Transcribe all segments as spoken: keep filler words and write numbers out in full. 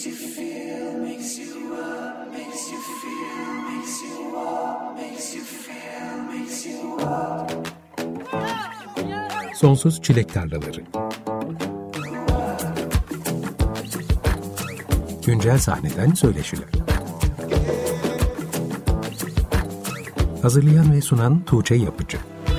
makes you feel, makes you up, makes you feel, makes you walk, makes you feel, makes you up. Sonsuz Çilek Tarlaları. Güncel sahneden söyleşiler. Hazırlayan ve sunan Tuğçe Yapıcı.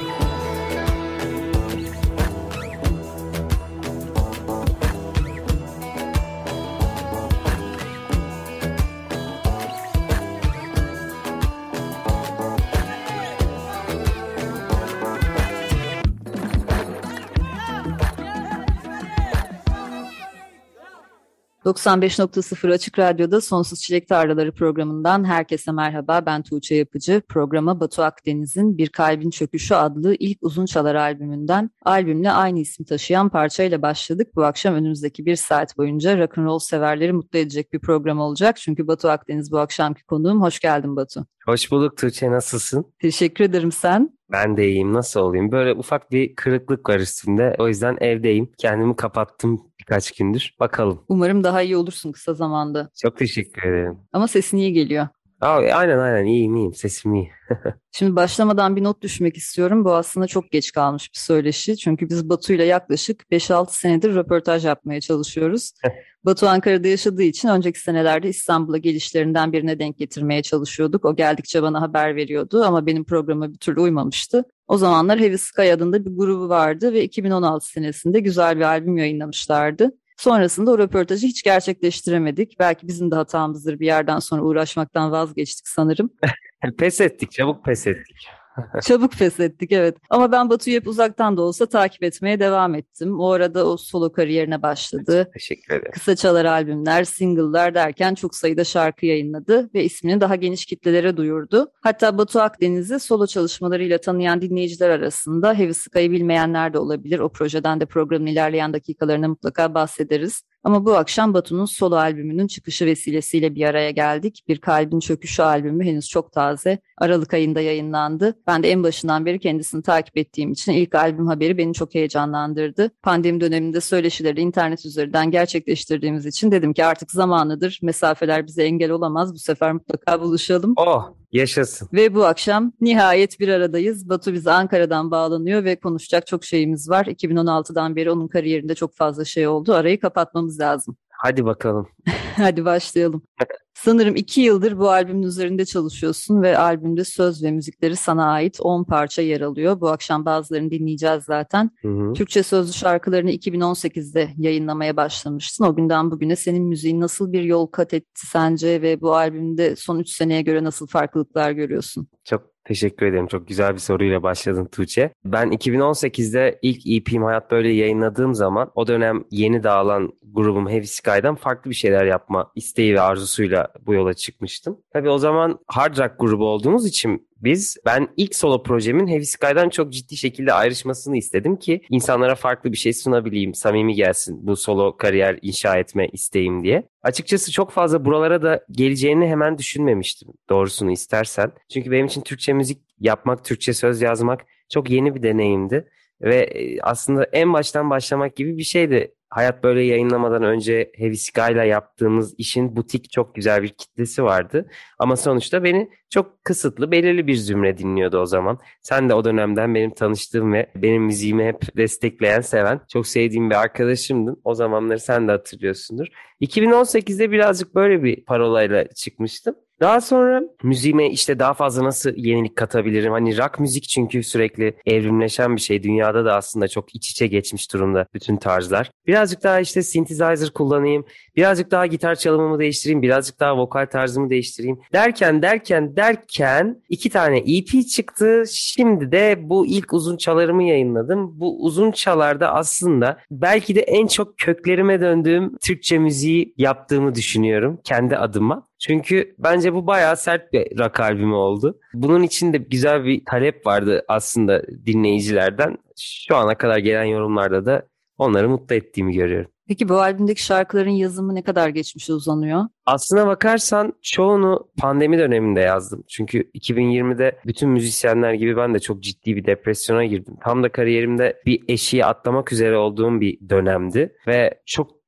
doksan beş nokta sıfır Açık Radyo'da Sonsuz Çilek Tarlaları programından herkese merhaba. Ben Tuğçe Yapıcı. Programa Batu Akdeniz'in Bir Kalbin Çöküşü adlı ilk uzun çalar albümünden albümle aynı ismi taşıyan parçayla başladık. Bu akşam önümüzdeki bir saat boyunca rock'n'roll severleri mutlu edecek bir program olacak. Çünkü Batu Akdeniz bu akşamki konuğum. Hoş geldin Batu. Hoş bulduk Tuğçe, nasılsın? Teşekkür ederim, sen? Ben de iyiyim, nasıl olayım? Böyle ufak bir kırıklık var üstümde. O yüzden evdeyim. Kendimi kapattım birkaç gündür. Bakalım. Umarım daha iyi olursun kısa zamanda. Çok teşekkür ederim. Ama sesin iyi geliyor. Aa, aynen aynen iyiyim iyiyim. Sesim iyi. Şimdi başlamadan bir not düşmek istiyorum. Bu aslında çok geç kalmış bir söyleşi. Çünkü biz Batu'yla yaklaşık beş altı senedir röportaj yapmaya çalışıyoruz. Batu Ankara'da yaşadığı için önceki senelerde İstanbul'a gelişlerinden birine denk getirmeye çalışıyorduk. O geldikçe bana haber veriyordu ama benim programa bir türlü uymamıştı. O zamanlar Heavy Sky adında bir grubu vardı ve iki bin on altı senesinde güzel bir albüm yayınlamışlardı. Sonrasında o röportajı hiç gerçekleştiremedik. Belki bizim de hatamızdır, bir yerden sonra uğraşmaktan vazgeçtik sanırım. Pes ettik, çabuk pes ettik. Çabuk pes ettik, evet. Ama ben Batu'yu hep uzaktan da olsa takip etmeye devam ettim. O arada o solo kariyerine başladı. Teşekkür ederim. Kısa çalar albümler, single'lar derken çok sayıda şarkı yayınladı ve ismini daha geniş kitlelere duyurdu. Hatta Batu Akdeniz'i solo çalışmalarıyla tanıyan dinleyiciler arasında Heavy Sky'ı bilmeyenler de olabilir. O projeden de programın ilerleyen dakikalarına mutlaka bahsederiz. Ama bu akşam Batu'nun solo albümünün çıkışı vesilesiyle bir araya geldik. Bir Kalbin Çöküşü albümü henüz çok taze. Aralık ayında yayınlandı. Ben de en başından beri kendisini takip ettiğim için ilk albüm haberi beni çok heyecanlandırdı. Pandemi döneminde söyleşileri internet üzerinden gerçekleştirdiğimiz için dedim ki artık zamanıdır. Mesafeler bize engel olamaz. Bu sefer mutlaka buluşalım. Oh, yaşasın. Ve bu akşam nihayet bir aradayız. Batu bize Ankara'dan bağlanıyor ve konuşacak çok şeyimiz var. iki bin on altıdan beri onun kariyerinde çok fazla şey oldu. Arayı kapatmamız lazım. Hadi bakalım. Hadi başlayalım. Sanırım iki yıldır bu albümün üzerinde çalışıyorsun ve albümde söz ve müzikleri sana ait on parça yer alıyor. Bu akşam bazılarını dinleyeceğiz zaten. Hı hı. Türkçe sözlü şarkılarını iki bin on sekizde yayınlamaya başlamıştın. O günden bugüne senin müziğin nasıl bir yol kat etti sence ve bu albümde son üç seneye göre nasıl farklılıklar görüyorsun? Çok teşekkür ederim. Çok güzel bir soruyla başladın Tuğçe. Ben iki bin on sekizde ilk E P'm Hayat Böyle yayınladığım zaman o dönem yeni dağılan grubum Heavy Sky'dan farklı bir şeyler yapma isteği ve arzusuyla bu yola çıkmıştım. Tabii o zaman hard rock grubu olduğumuz için biz, ben ilk solo projemin Heavy Sky'dan çok ciddi şekilde ayrışmasını istedim ki insanlara farklı bir şey sunabileyim, samimi gelsin bu solo kariyer inşa etme isteğim diye. Açıkçası çok fazla buralara da geleceğini hemen düşünmemiştim doğrusunu istersen. Çünkü benim için Türkçe müzik yapmak, Türkçe söz yazmak çok yeni bir deneyimdi. Ve aslında en baştan başlamak gibi bir şeydi. Hayat Böyle yayınlamadan önce Heavy Sky'la yaptığımız işin butik çok güzel bir kitlesi vardı. Ama sonuçta beni çok kısıtlı, belirli bir zümre dinliyordu o zaman. Sen de o dönemden benim tanıştığım ve benim müziğimi hep destekleyen, seven, çok sevdiğim bir arkadaşımdın. O zamanları sen de hatırlıyorsundur. iki bin on sekizde birazcık böyle bir parolayla çıkmıştım. Daha sonra müziğime işte daha fazla nasıl yenilik katabilirim? Hani rock müzik çünkü sürekli evrimleşen bir şey. Dünyada da aslında çok iç içe geçmiş durumda bütün tarzlar. Birazcık daha işte synthesizer kullanayım. Birazcık daha gitar çalımımı değiştireyim. Birazcık daha vokal tarzımı değiştireyim. Derken derken derken iki tane E P çıktı. Şimdi de bu ilk uzun çalarımı yayınladım. Bu uzun çalarda aslında belki de en çok köklerime döndüğüm Türkçe müziği yaptığımı düşünüyorum kendi adıma. Çünkü bence bu bayağı sert bir rock albümü oldu. Bunun için de güzel bir talep vardı aslında dinleyicilerden. Şu ana kadar gelen yorumlarda da onları mutlu ettiğimi görüyorum. Peki bu albümdeki şarkıların yazımı ne kadar geçmişe uzanıyor? Aslına bakarsan çoğunu pandemi döneminde yazdım. Çünkü iki bin yirmide bütün müzisyenler gibi ben de çok ciddi bir depresyona girdim. Tam da kariyerimde bir eşiği atlamak üzere olduğum bir dönemdi. Ve çok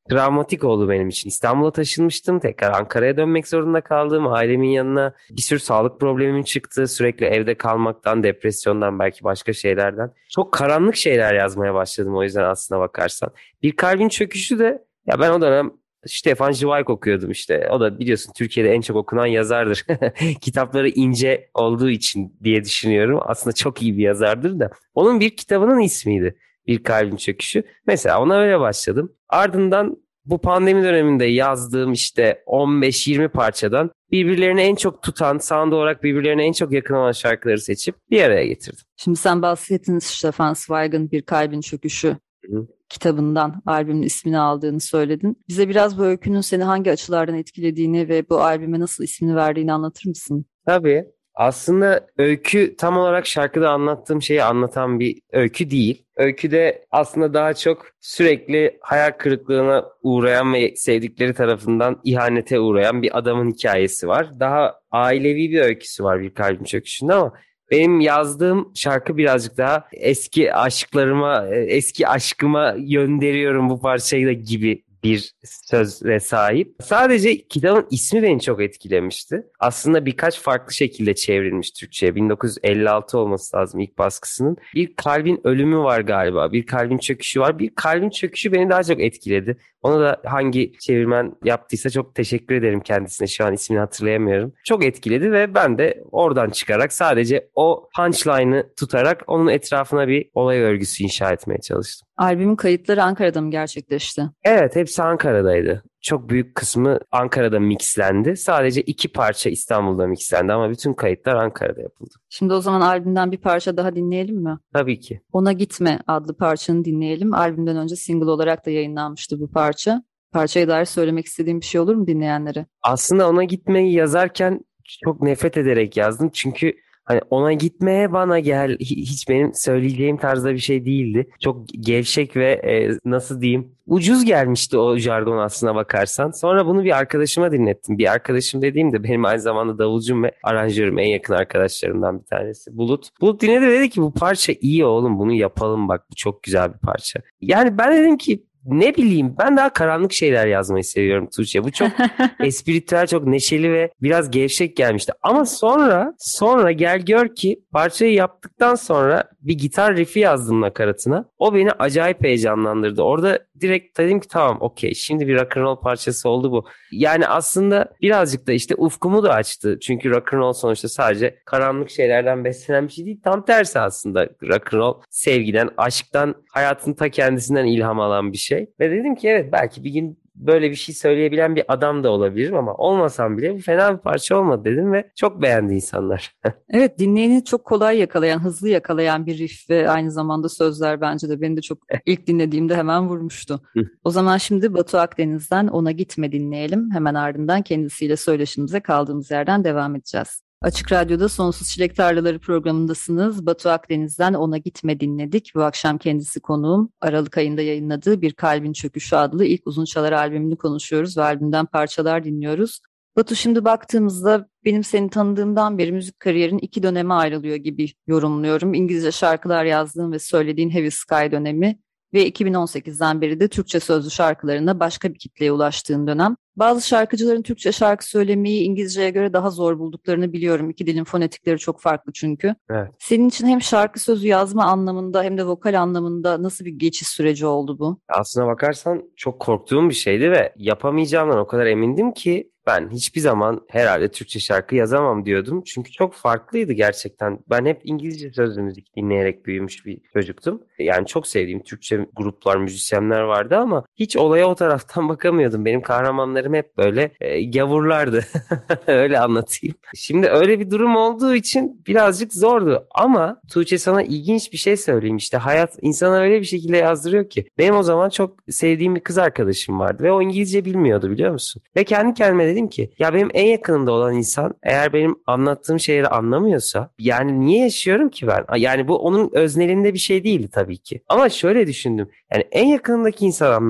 travmatik oldu benim için. İstanbul'a taşınmıştım. Tekrar Ankara'ya dönmek zorunda kaldım. Ailemin yanına bir sürü sağlık problemim çıktı. Sürekli evde kalmaktan, depresyondan, belki başka şeylerden. Çok karanlık şeyler yazmaya başladım o yüzden aslına bakarsan. Bir Kalbin Çöküşü de ya ben o dönem Stefan Zweig okuyordum işte. O da biliyorsun Türkiye'de en çok okunan yazardır. Kitapları ince olduğu için diye düşünüyorum. Aslında çok iyi bir yazardır da. Onun bir kitabının ismiydi. Bir Kalbin Çöküşü. Mesela ona öyle başladım. Ardından bu pandemi döneminde yazdığım işte on beş yirmi parçadan birbirlerini en çok tutan, sound olarak birbirlerine en çok yakın olan şarkıları seçip bir araya getirdim. Şimdi sen bahsettin Stefan Zweig'in Bir Kalbin Çöküşü Hı. kitabından albümün ismini aldığını söyledin. Bize biraz bu öykünün seni hangi açılardan etkilediğini ve bu albüme nasıl ismini verdiğini anlatır mısın? Tabii. Aslında öykü tam olarak şarkıda anlattığım şeyi anlatan bir öykü değil. Öyküde aslında daha çok sürekli hayal kırıklığına uğrayan ve sevdikleri tarafından ihanete uğrayan bir adamın hikayesi var. Daha ailevi bir öyküsü var Bir Kalbin Çöküşü'nde ama benim yazdığım şarkı birazcık daha eski aşklarıma, eski aşkıma gönderiyorum bu parçayı da gibi bir söze sahip. Sadece kitabın ismi beni çok etkilemişti. Aslında birkaç farklı şekilde çevrilmiş Türkçe'ye. bin dokuz yüz elli altı olması lazım ilk baskısının. Bir kalbin ölümü var galiba. Bir kalbin çöküşü var. Bir kalbin çöküşü beni daha çok etkiledi. Ona da hangi çevirmen yaptıysa çok teşekkür ederim kendisine. Şu an ismini hatırlayamıyorum. Çok etkiledi ve ben de oradan çıkarak sadece o punchline'ı tutarak onun etrafına bir olay örgüsü inşa etmeye çalıştım. Albümün kayıtları Ankara'da mı gerçekleşti? Evet, hepsi Ankara'daydı. Çok büyük kısmı Ankara'da mixlendi. Sadece iki parça İstanbul'da mixlendi ama bütün kayıtlar Ankara'da yapıldı. Şimdi o zaman albümden bir parça daha dinleyelim mi? Tabii ki. Ona Gitme adlı parçanı dinleyelim. Albümden önce single olarak da yayınlanmıştı bu parça. Parçaya dair söylemek istediğim bir şey olur mu dinleyenlere? Aslında Ona Gitmeyi yazarken çok nefret ederek yazdım. Çünkü hani ona gitmeye bana gel hiç benim söyleyeceğim tarzda bir şey değildi. Çok gevşek ve e, nasıl diyeyim ucuz gelmişti o jargon aslına bakarsan. Sonra bunu bir arkadaşıma dinlettim. Bir arkadaşım dediğim de benim aynı zamanda davulcum ve aranjörüm, en yakın arkadaşlarımdan bir tanesi Bulut. Bulut dinledi ve dedi ki bu parça iyi oğlum, bunu yapalım bak, bu çok güzel bir parça. Yani ben dedim ki ne bileyim, ben daha karanlık şeyler yazmayı seviyorum Tuğçe. Bu çok espritüel, çok neşeli ve biraz gevşek gelmişti. Ama sonra sonra gel gör ki parçayı yaptıktan sonra bir gitar riff'i yazdım nakaratına. O beni acayip heyecanlandırdı. Orada direkt dedim ki tamam okey, şimdi bir rock and roll parçası oldu bu. Yani aslında birazcık da işte ufkumu da açtı. Çünkü rock and roll sonuçta sadece karanlık şeylerden beslenen bir şey değil. Tam tersi aslında rock and roll sevgiden, aşktan, hayatın ta kendisinden ilham alan bir şey. Ve dedim ki evet, belki bir gün böyle bir şey söyleyebilen bir adam da olabilirim ama olmasam bile bu fena bir parça olmadı dedim ve çok beğendi insanlar. Evet, dinleyeni çok kolay yakalayan, hızlı yakalayan bir riff ve aynı zamanda sözler bence de beni de çok ilk dinlediğimde hemen vurmuştu. O zaman şimdi Batu Akdeniz'den Ona Gitme dinleyelim. Hemen ardından kendisiyle söyleşimize kaldığımız yerden devam edeceğiz. Açık Radyo'da Sonsuz Çilek Tarlaları programındasınız. Batu Akdeniz'den Ona Gitme dinledik. Bu akşam kendisi konuğum. Aralık ayında yayınladığı Bir Kalbin Çöküşü adlı ilk uzun çalar albümünü konuşuyoruz ve albümden parçalar dinliyoruz. Batu, şimdi baktığımızda benim seni tanıdığımdan beri müzik kariyerin iki döneme ayrılıyor gibi yorumluyorum. İngilizce şarkılar yazdığın ve söylediğin Heavy Sky dönemi ve iki bin on sekizden beri de Türkçe sözlü şarkılarında başka bir kitleye ulaştığın dönem. Bazı şarkıcıların Türkçe şarkı söylemeyi İngilizceye göre daha zor bulduklarını biliyorum. İki dilin fonetikleri çok farklı çünkü. Evet. Senin için hem şarkı sözü yazma anlamında hem de vokal anlamında nasıl bir geçiş süreci oldu bu? Aslına bakarsan çok korktuğum bir şeydi ve yapamayacağımdan o kadar emindim ki ben hiçbir zaman herhalde Türkçe şarkı yazamam diyordum. Çünkü çok farklıydı gerçekten. Ben hep İngilizce sözlü müzik dinleyerek büyümüş bir çocuktum. Yani çok sevdiğim Türkçe gruplar, müzisyenler vardı ama hiç olaya o taraftan bakamıyordum. Benim kahramanlarım hep böyle e, gavurlardı. Öyle anlatayım. Şimdi öyle bir durum olduğu için birazcık zordu. Ama Tuğçe, sana ilginç bir şey söyleyeyim. İşte hayat insana öyle bir şekilde yazdırıyor ki. Benim o zaman çok sevdiğim bir kız arkadaşım vardı ve o İngilizce bilmiyordu, biliyor musun? Ve kendi kendime dedim ki ya benim en yakınımda olan insan eğer benim anlattığım şeyleri anlamıyorsa yani niye yaşıyorum ki ben? Yani bu onun öznelinde bir şey değildi tabii ki. Ama şöyle düşündüm. Yani en yakınımdaki insan anlamıyor.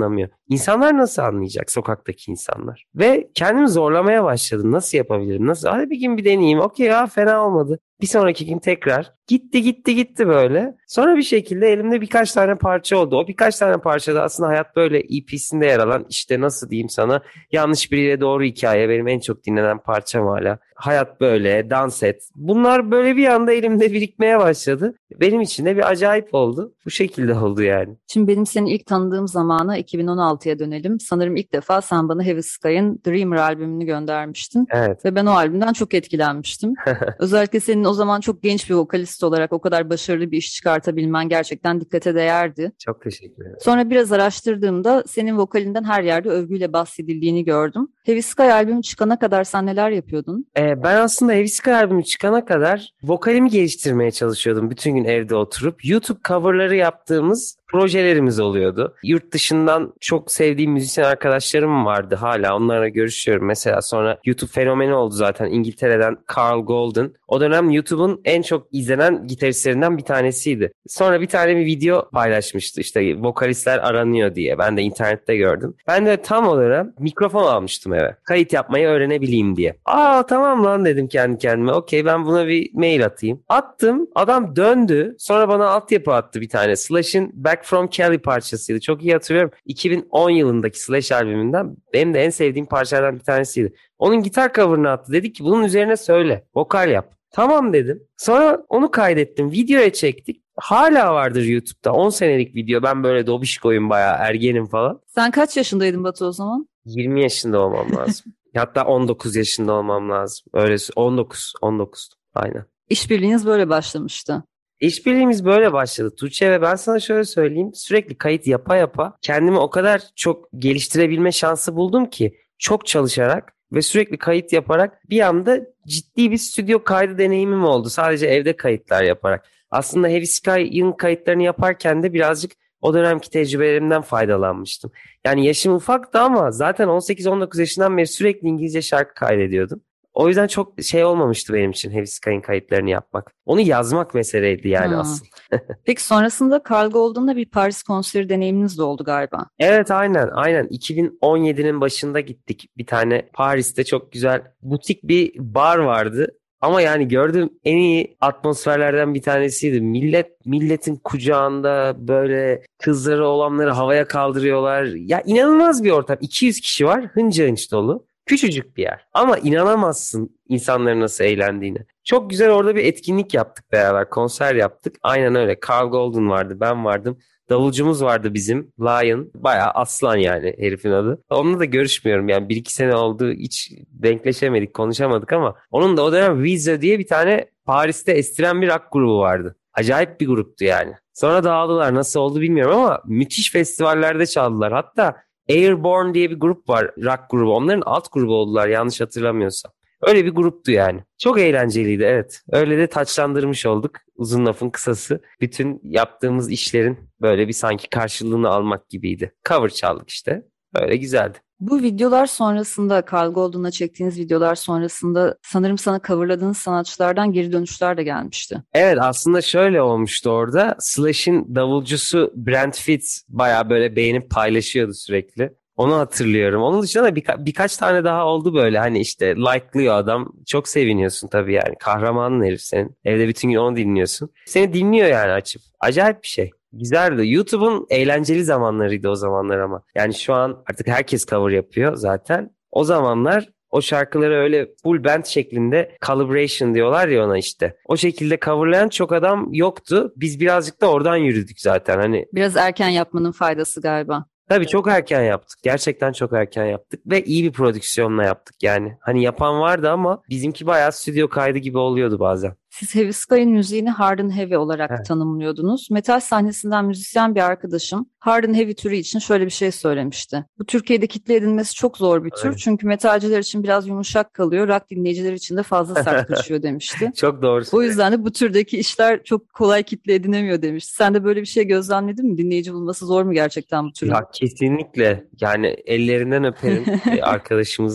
İnsanlar nasıl anlayacak, sokaktaki insanlar? Ve kendimi zorlamaya başladım. Nasıl yapabilirim? Nasıl? Hadi bir gün bir deneyeyim. Okey ya, fena olmadı. Bir sonraki gün tekrar. Gitti gitti gitti böyle. Sonra bir şekilde elimde birkaç tane parça oldu. O birkaç tane parçada aslında Hayat Böyle E P'sinde yer alan, işte nasıl diyeyim sana, Yanlış Biriyle Doğru Hikaye benim en çok dinlenen parçam hala. Hayat Böyle, Dans Et. Bunlar böyle bir anda elimde birikmeye başladı. Benim için de bir acayip oldu. Bu şekilde oldu yani. Şimdi benim seni ilk tanıdığım zamana iki bin on altıya dönelim. Sanırım ilk defa sen bana Heavy Sky'ın Dreamer albümünü göndermiştin. Evet. Ve ben o albümden çok etkilenmiştim. Özellikle senin o zaman çok genç bir vokalist olarak o kadar başarılı bir iş çıkartabilmen gerçekten dikkate değerdi. Çok teşekkür ederim. Sonra biraz araştırdığımda senin vokalinden her yerde övgüyle bahsedildiğini gördüm. Heavy Sky albümü çıkana kadar sen neler yapıyordun? Ee, ben aslında Heavy Sky albümü çıkana kadar vokalimi geliştirmeye çalışıyordum. Bütün gün evde oturup YouTube coverları yaptığımız projelerimiz oluyordu. Yurt dışından çok sevdiğim müzisyen arkadaşlarım vardı hala. Onlarla görüşüyorum. Mesela sonra YouTube fenomeni oldu zaten. İngiltere'den Carl Golden. O dönem YouTube'un en çok izlenen gitaristlerinden bir tanesiydi. Sonra bir tane bir video paylaşmıştı. İşte vokalistler aranıyor diye. Ben de internette gördüm. Ben de tam o dönem mikrofon almıştım eve. Kayıt yapmayı öğrenebileyim diye. Aa tamam lan dedim kendi kendime. Okey, ben buna bir mail atayım. Attım. Adam döndü. Sonra bana altyapı attı bir tane. Slash'in Back From Cali parçasıydı. Çok iyi hatırlıyorum. iki bin on yılındaki Slash albümünden benim de en sevdiğim parçalardan bir tanesiydi. Onun gitar cover'ını attı. Dedi ki bunun üzerine söyle. Vokal yap. Tamam dedim. Sonra onu kaydettim. Videoya çektik. Hala vardır YouTube'da. on senelik video. Ben böyle dobişkoyum, bayağı ergenim falan. Sen kaç yaşındaydın Batu o zaman? yirmi yaşında olmam lazım. Hatta on dokuz yaşında olmam lazım. Öyle on dokuz. on dokuz. Aynen. İşbirliğiniz böyle başlamıştı. İşbirliğimiz böyle başladı Tuğçe ve ben sana şöyle söyleyeyim. Sürekli kayıt yapa yapa kendimi o kadar çok geliştirebilme şansı buldum ki, çok çalışarak ve sürekli kayıt yaparak bir anda ciddi bir stüdyo kaydı deneyimim oldu. Sadece evde kayıtlar yaparak. Aslında Heavy Sky'ın kayıtlarını yaparken de birazcık o dönemki tecrübelerimden faydalanmıştım. Yani yaşım ufaktı ama zaten on sekiz on dokuz yaşından beri sürekli İngilizce şarkı kaydediyordum. O yüzden çok şey olmamıştı benim için Heavy Sky'ın kayıtlarını yapmak. Onu yazmak meseleydi yani Hmm. aslında. Peki sonrasında Carl Golden'da bir Paris konseri deneyiminiz de oldu galiba. Evet, aynen aynen. iki bin on yedinin başında gittik. Bir tane Paris'te çok güzel butik bir bar vardı. Ama yani gördüğüm en iyi atmosferlerden bir tanesiydi. Millet milletin kucağında böyle kızları olanları havaya kaldırıyorlar. Ya inanılmaz bir ortam. iki yüz kişi var, hınca hınç dolu. Küçücük bir yer. Ama inanamazsın insanların nasıl eğlendiğine. Çok güzel orada bir etkinlik yaptık beraber. Konser yaptık. Aynen öyle. Carl Golden vardı. Ben vardım. Davulcumuz vardı bizim. Lion. Bayağı aslan yani herifin adı. Onunla da görüşmüyorum yani. Bir iki sene oldu. Hiç denkleşemedik. Konuşamadık ama onun da o dönem Weezer diye bir tane Paris'te estiren bir rock grubu vardı. Acayip bir gruptu yani. Sonra dağıldılar. Nasıl oldu bilmiyorum ama müthiş festivallerde çaldılar. Hatta Airborne diye bir grup var, rock grubu. Onların alt grubu oldular yanlış hatırlamıyorsam. Öyle bir gruptu yani. Çok eğlenceliydi, evet. Öyle de taçlandırmış olduk. Uzun lafın kısası. Bütün yaptığımız işlerin böyle bir sanki karşılığını almak gibiydi. Cover çaldık işte. Öyle güzeldi. Bu videolar sonrasında, Carl Golden'la çektiğiniz videolar sonrasında sanırım sana coverladığınız sanatçılardan geri dönüşler de gelmişti. Evet, aslında şöyle olmuştu orada. Slash'in davulcusu Brent Fitz bayağı böyle beğenip paylaşıyordu sürekli. Onu hatırlıyorum. Onun dışında da birka- birkaç tane daha oldu böyle. Hani işte like'lıyor adam. Çok seviniyorsun tabii yani. Kahramanın herif senin. Evde bütün gün onu dinliyorsun. Seni dinliyor yani açıp. Acayip bir şey. Güzeldi. YouTube'un eğlenceli zamanlarıydı o zamanlar ama. Yani şu an artık herkes cover yapıyor zaten. O zamanlar o şarkıları öyle full band şeklinde calibration diyorlar ya ona işte. O şekilde coverlayan çok adam yoktu. Biz birazcık da oradan yürüdük zaten. Hani Biraz erken yapmanın faydası galiba. tabii çok erken yaptık. Gerçekten çok erken yaptık ve iyi bir prodüksiyonla yaptık yani. Hani yapan vardı ama bizimki bayağı stüdyo kaydı gibi oluyordu bazen. Siz Heavy Sky'ın müziğini Hard and Heavy olarak Evet. tanımlıyordunuz. Metal sahnesinden müzisyen bir arkadaşım Hard and Heavy türü için şöyle bir şey söylemişti. Bu Türkiye'de kitle edinmesi çok zor bir tür. Evet. Çünkü metalciler için biraz yumuşak kalıyor. Rock dinleyiciler için de fazla sert kaçıyor demişti. Çok doğru. O yüzden de bu türdeki işler çok kolay kitle edinemiyor demişti. Sen de böyle bir şey gözlemledin mi? Dinleyici bulması zor mu gerçekten bu türün? Ya kesinlikle yani ellerinden öperim e, arkadaşımızın.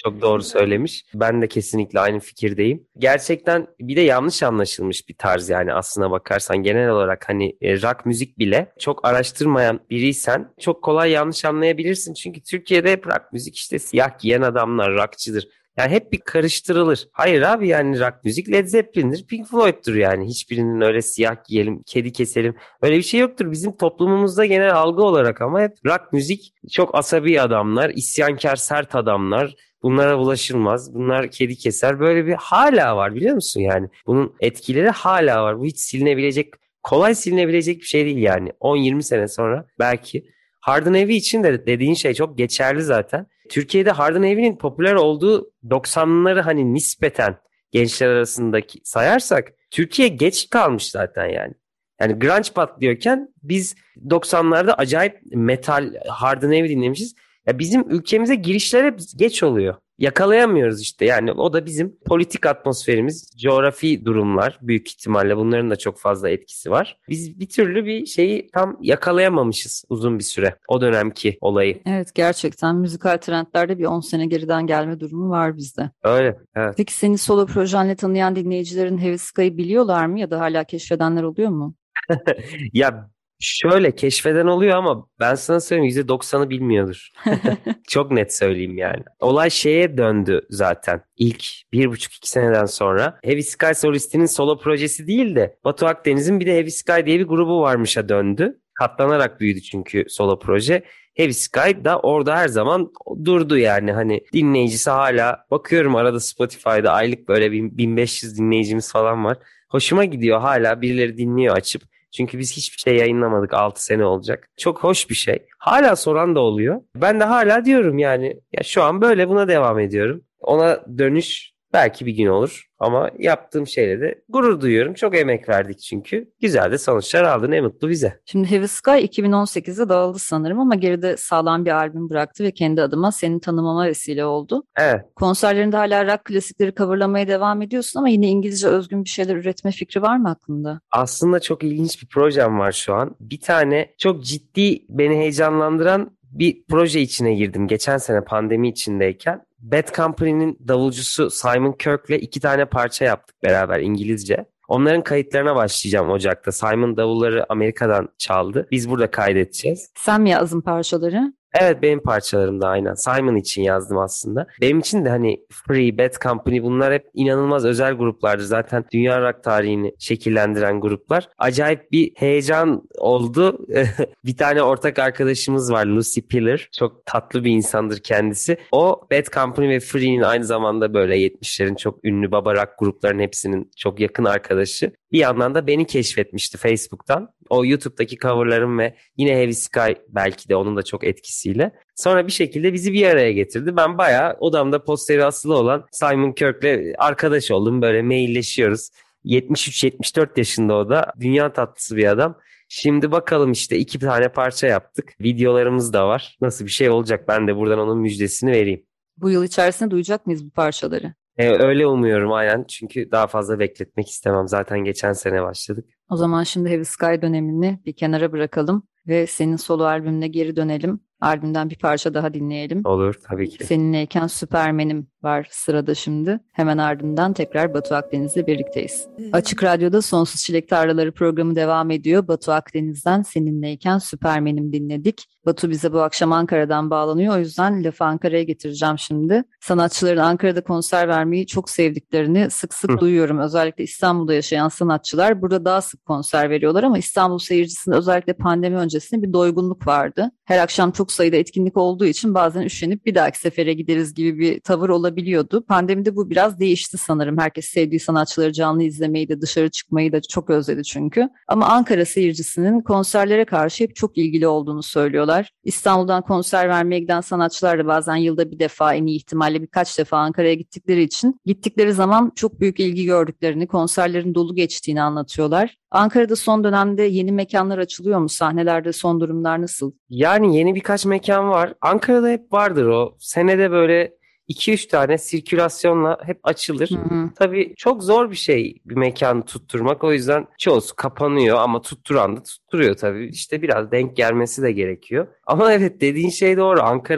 Çok doğru söylemiş. Ben de kesinlikle aynı fikirdeyim. Gerçekten bir de yanlış anlaşılmış bir tarz yani aslına bakarsan. Genel olarak hani e, rock müzik bile çok araştırmayan biriysen çok kolay yanlış anlayabilirsin. Çünkü Türkiye'de hep rock müzik işte siyah giyen adamlar rockçıdır. Yani hep bir karıştırılır. Hayır abi yani rock müzik Led Zeppelin'dir, Pink Floyd'dur yani. Hiçbirinin öyle siyah giyelim, kedi keselim. Öyle bir şey yoktur. Bizim toplumumuzda genel algı olarak ama hep rock müzik çok asabi adamlar, isyankar sert adamlar. Bunlara bulaşılmaz. Bunlar kedi keser. Böyle bir hala var biliyor musun yani? Bunun etkileri hala var. Bu hiç silinebilecek, kolay silinebilecek bir şey değil yani. on yirmi sene sonra belki. Hard'ın evi için de dediğin şey çok geçerli zaten. Türkiye'de Hard'ın evinin popüler olduğu doksanları hani nispeten gençler arasındaki sayarsak Türkiye geç kalmış zaten yani. Yani grunge patlıyorken biz doksanlarda acayip metal Hard'ın evi dinlemişiz. Ya bizim ülkemize girişler hep geç oluyor. Yakalayamıyoruz işte yani o da bizim politik atmosferimiz, coğrafi durumlar büyük ihtimalle bunların da çok fazla etkisi var. Biz bir türlü bir şeyi tam yakalayamamışız uzun bir süre o dönemki olayı. Evet, gerçekten müzikal trendlerde bir on sene geriden gelme durumu var bizde. Öyle, evet. Peki seni solo projenle tanıyan dinleyicilerin Heviska'yı biliyorlar mı ya da hala keşfedenler oluyor mu? Ya şöyle keşfeden oluyor ama ben sana söyleyeyim yüzde doksanı bilmiyordur. Çok net söyleyeyim yani. Olay şeye döndü zaten. İlk bir buçuk iki seneden sonra Heavy Sky solistinin solo projesi değil de Batu Akdeniz'in bir de Heavy Sky diye bir grubu varmışa döndü. Katlanarak büyüdü çünkü solo proje. Heavy Sky da orada her zaman durdu yani hani dinleyicisi hala bakıyorum arada Spotify'da aylık böyle bin beş yüz dinleyicimiz falan var. Hoşuma gidiyor hala birileri dinliyor açıp. Çünkü biz hiçbir şey yayınlamadık altı sene olacak. Çok hoş bir şey. Hala soran da oluyor. Ben de hala diyorum yani ya şu an böyle buna devam ediyorum. Ona dönüş belki bir gün olur ama yaptığım şeyle de gurur duyuyorum. Çok emek verdik çünkü. Güzel de sonuçlar aldı ne mutlu bize. Şimdi Heavy Sky iki bin on sekizde dağıldı sanırım ama geride sağlam bir albüm bıraktı ve kendi adıma seni tanımama vesile oldu. Evet. Konserlerinde hala rock klasikleri coverlamaya devam ediyorsun ama yine İngilizce özgün bir şeyler üretme fikri var mı aklında? Aslında çok ilginç bir projem var şu an. Bir tane çok ciddi beni heyecanlandıran bir proje içine girdim. Geçen sene pandemi içindeyken. Bad Company'nin davulcusu Simon Kirk'le iki tane parça yaptık beraber İngilizce. Onların kayıtlarına başlayacağım Ocak'ta. Simon davulları Amerika'dan çaldı. Biz burada kaydedeceğiz. Sen mi yazdın parçaları? Evet benim parçalarım da aynen. Simon için yazdım aslında. Benim için de hani Free, Bad Company bunlar hep inanılmaz özel gruplardır. Zaten dünya rock tarihini şekillendiren gruplar. Acayip bir heyecan oldu. Bir tane ortak arkadaşımız var Lucy Pillar. Çok tatlı bir insandır kendisi. O Bad Company ve Free'nin aynı zamanda böyle yetmişlerin çok ünlü baba rock grupların hepsinin çok yakın arkadaşı. Bir yandan da beni keşfetmişti Facebook'tan. O YouTube'daki coverlarım ve yine Heavy Sky belki de onun da çok etkisiyle. Sonra bir şekilde bizi bir araya getirdi. Ben bayağı odamda posteri asılı olan Simon Kirk'le arkadaş oldum. Böyle mailleşiyoruz. yetmiş üç yetmiş dört yaşında o da. Dünya tatlısı bir adam. Şimdi bakalım işte iki tane parça yaptık. Videolarımız da var. Nasıl bir şey olacak ben de buradan onun müjdesini vereyim. Bu yıl içerisinde duyacak mıyız bu parçaları? Ee, öyle umuyorum aynen. Çünkü daha fazla bekletmek istemem. Zaten geçen sene başladık. O zaman şimdi Heavy Sky dönemini bir kenara bırakalım ve senin solo albümüne geri dönelim. Albümden bir parça daha dinleyelim. Olur tabii ki. Seninleyken Süpermen'im var sırada şimdi. Hemen ardından tekrar Batu Akdeniz'le birlikteyiz. Açık Radyo'da Sonsuz Çilek Tarlaları programı devam ediyor. Batu Akdeniz'den Seninleyken Süpermen'im dinledik. Batu bize bu akşam Ankara'dan bağlanıyor. O yüzden lafı Ankara'ya getireceğim şimdi. Sanatçıların Ankara'da konser vermeyi çok sevdiklerini sık sık Hı. duyuyorum. Özellikle İstanbul'da yaşayan sanatçılar burada daha sık konser veriyorlar ama İstanbul seyircisinde özellikle pandemi öncesinde bir doygunluk vardı. Her akşam çok sayıda etkinlik olduğu için bazen üşenip bir dahaki sefere gideriz gibi bir tavır olabiliyordu. Pandemide bu biraz değişti sanırım. Herkes sevdiği sanatçıları canlı izlemeyi de dışarı çıkmayı da çok özledi çünkü. Ama Ankara seyircisinin konserlere karşı hep çok ilgili olduğunu söylüyorlar. İstanbul'dan konser vermeye giden sanatçılar da bazen yılda bir defa en iyi ihtimalle birkaç defa Ankara'ya gittikleri için gittikleri zaman çok büyük ilgi gördüklerini, konserlerin dolu geçtiğini anlatıyorlar. Ankara'da son dönemde yeni mekanlar açılıyor mu? Sahnelerde son durumlar nasıl? Yani yeni birkaç mekan var. Ankara'da hep vardır o. Senede böyle iki üç tane sirkülasyonla hep açılır. Hı hı. Tabii çok zor bir şey bir mekanı tutturmak. O yüzden çoğusu kapanıyor ama tutturan da tutturuyor tabii. İşte biraz denk gelmesi de gerekiyor. Ama evet dediğin şey doğru. Ankara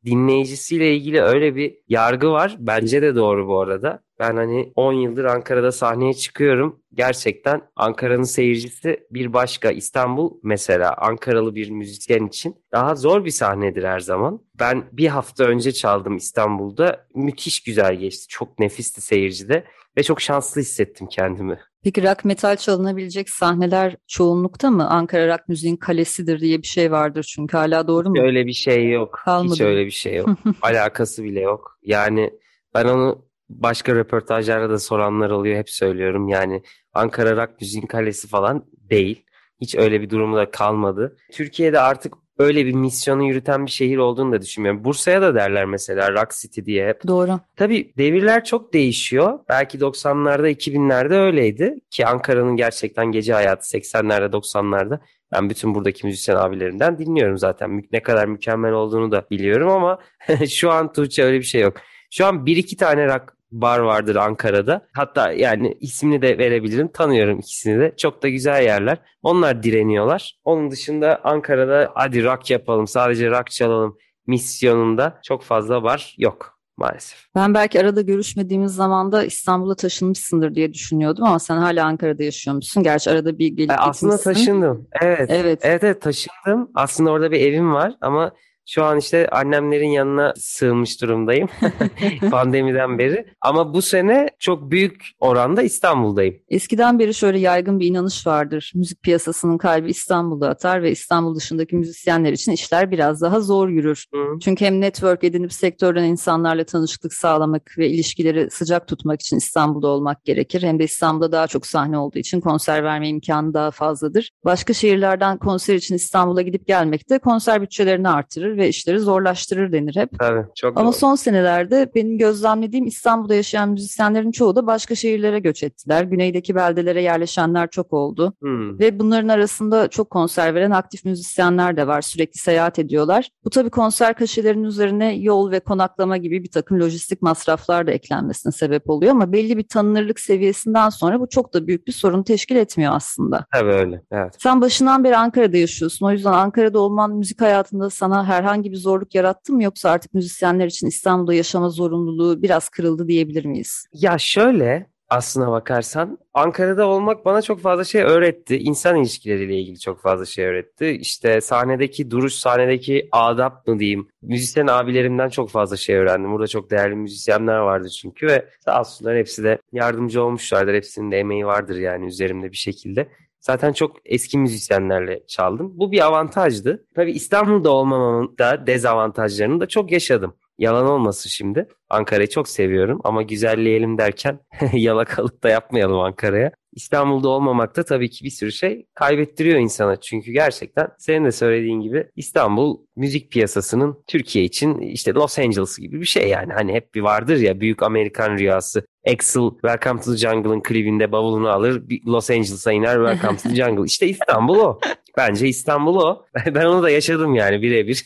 dinleyicisiyle ilgili öyle bir yargı var. Bence de doğru bu arada. Ben hani on yıldır Ankara'da sahneye çıkıyorum. Gerçekten Ankara'nın seyircisi bir başka. İstanbul mesela Ankaralı bir müzisyen için daha zor bir sahnedir her zaman. Ben bir hafta önce çaldım İstanbul'da. Müthiş güzel geçti. Çok nefisti seyircide ve çok şanslı hissettim kendimi. Peki rock metal çalınabilecek sahneler çoğunlukta mı? Ankara rock müziğin kalesidir diye bir şey vardır çünkü, hala doğru mu? Öyle bir şey yok. Kalmadı Hiç mı? öyle bir şey yok. Alakası bile yok. Yani ben onu başka röportajlarda da soranlar oluyor. Hep söylüyorum yani Ankara rock müziğin kalesi falan değil. Hiç öyle bir durumu da kalmadı. Türkiye'de artık öyle bir misyonu yürüten bir şehir olduğunu da düşünmüyorum. Bursa'ya da derler mesela Rock City diye hep. Doğru. Tabii devirler çok değişiyor. Belki doksanlarda, iki binlerde öyleydi. Ki Ankara'nın gerçekten gece hayatı seksenlerde, doksanlarda. Ben bütün buradaki müzisyen abilerimden dinliyorum zaten. Ne kadar mükemmel olduğunu da biliyorum ama şu an Tuğçe öyle bir şey yok. Şu an bir iki tane rock bar vardır Ankara'da. Hatta yani ismini de verebilirim. Tanıyorum ikisini de. Çok da güzel yerler. Onlar direniyorlar. Onun dışında Ankara'da hadi rock yapalım, sadece rock çalalım misyonunda çok fazla bar yok maalesef. Ben belki arada görüşmediğimiz zaman da İstanbul'a taşınmışsındır diye düşünüyordum ama sen hala Ankara'da yaşıyormuşsun. Gerçi arada bir gelip Aslında gitmişsin. taşındım. Evet. Evet. Evet, evet taşındım. Aslında orada bir evim var ama şu an işte annemlerin yanına sığınmış durumdayım pandemiden beri. Ama bu sene çok büyük oranda İstanbul'dayım. Eskiden beri şöyle yaygın bir inanış vardır. Müzik piyasasının kalbi İstanbul'da atar ve İstanbul dışındaki müzisyenler için işler biraz daha zor yürür. Hı. Çünkü hem network edinip sektörden insanlarla tanışıklık sağlamak ve ilişkileri sıcak tutmak için İstanbul'da olmak gerekir. Hem de İstanbul'da daha çok sahne olduğu için konser verme imkanı daha fazladır. Başka şehirlerden konser için İstanbul'a gidip gelmek de konser bütçelerini artırır ve işleri zorlaştırır denir hep. Tabii, çok Ama doğru. son senelerde benim gözlemlediğim İstanbul'da yaşayan müzisyenlerin çoğu da başka şehirlere göç ettiler. Güneydeki beldelere yerleşenler çok oldu. Hmm. Ve bunların arasında çok konser veren aktif müzisyenler de var. Sürekli seyahat ediyorlar. Bu tabii konser kaşelerinin üzerine yol ve konaklama gibi bir takım lojistik masraflar da eklenmesine sebep oluyor. Ama belli bir tanınırlık seviyesinden sonra bu çok da büyük bir sorun teşkil etmiyor aslında. Tabii öyle. Evet. Sen başından beri Ankara'da yaşıyorsun. O yüzden Ankara'da olman müzik hayatında sana herhangi bir zorluk yarattı mı? Yoksa artık müzisyenler için İstanbul'da yaşama zorunluluğu biraz kırıldı diyebilir miyiz? Ya şöyle aslına bakarsan Ankara'da olmak bana çok fazla şey öğretti. İnsan ilişkileriyle ilgili çok fazla şey öğretti. İşte sahnedeki duruş, sahnedeki adap mı diyeyim. Müzisyen abilerimden çok fazla şey öğrendim. Burada çok değerli müzisyenler vardı çünkü ve sağ olsunlar hepsi de yardımcı olmuşlardır. Hepsinin de emeği vardır yani üzerimde bir şekilde. Zaten çok eski müzisyenlerle çaldım. Bu bir avantajdı. Tabii İstanbul'da olmamamın da dezavantajlarını da çok yaşadım. Yalan olmasın şimdi. Ankara'yı çok seviyorum ama güzelleyelim derken yalakalık da yapmayalım Ankara'ya. İstanbul'da olmamak da tabii ki bir sürü şey kaybettiriyor insana. Çünkü gerçekten senin de söylediğin gibi İstanbul müzik piyasasının Türkiye için işte Los Angeles gibi bir şey yani. Hani hep bir vardır ya büyük Amerikan rüyası. Axl Welcome to the Jungle'ın klibinde bavulunu alır bir Los Angeles'a iner Welcome to the Jungle. İşte İstanbul o. Bence İstanbul o. Ben onu da yaşadım yani birebir.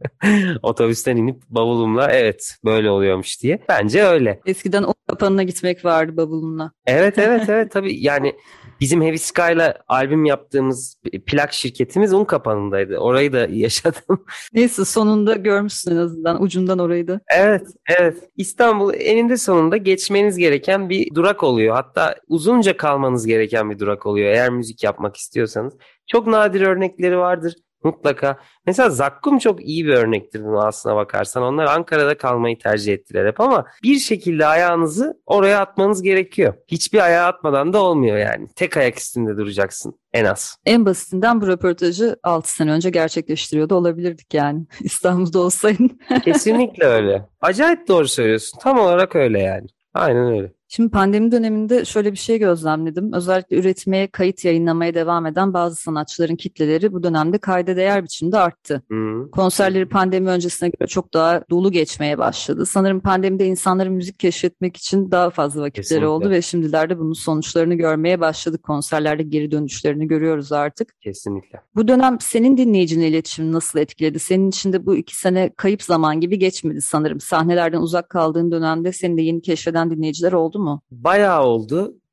Otobüsten inip bavulumla evet böyle oluyormuş diye. Bence öyle. Eskiden o kapanına gitmek vardı bavulunla. Evet evet evet tabii yani bizim Heavy Sky'la albüm yaptığımız plak şirketimiz Unkapanı'ndaydı. Orayı da yaşadım. Neyse sonunda görmüşsün en azından ucundan orayı da. Evet evet İstanbul eninde sonunda geçmeniz gereken bir durak oluyor. Hatta uzunca kalmanız gereken bir durak oluyor eğer müzik yapmak istiyorsanız. Çok nadir örnekleri vardır. Mutlaka. Mesela Zakkum çok iyi bir örnektir bunu aslına bakarsan. Onlar Ankara'da kalmayı tercih ettiler hep ama bir şekilde ayağınızı oraya atmanız gerekiyor. Hiçbir ayağı atmadan da olmuyor yani. Tek ayak üstünde duracaksın en az. En basitinden bu röportajı altı sene önce gerçekleştiriyordu olabilirdik yani. İstanbul'da olsaydın. Kesinlikle öyle. Acayip doğru söylüyorsun. Tam olarak öyle yani. Aynen öyle. Şimdi pandemi döneminde şöyle bir şey gözlemledim. Özellikle üretmeye, kayıt yayınlamaya devam eden bazı sanatçıların kitleleri bu dönemde kayda değer biçimde arttı. Hı-hı. Konserleri pandemi öncesine göre çok daha dolu geçmeye başladı. Sanırım pandemide insanların müzik keşfetmek için daha fazla vakitleri Kesinlikle. oldu ve şimdilerde bunun sonuçlarını görmeye başladık. Konserlerde geri dönüşlerini görüyoruz artık. Kesinlikle. Bu dönem senin dinleyicinle iletişimini nasıl etkiledi? Senin için de bu iki sene kayıp zaman gibi geçmedi sanırım. Sahnelerden uzak kaldığın dönemde seni de yeni keşfeden dinleyiciler oldu mu? Bayağı oldu.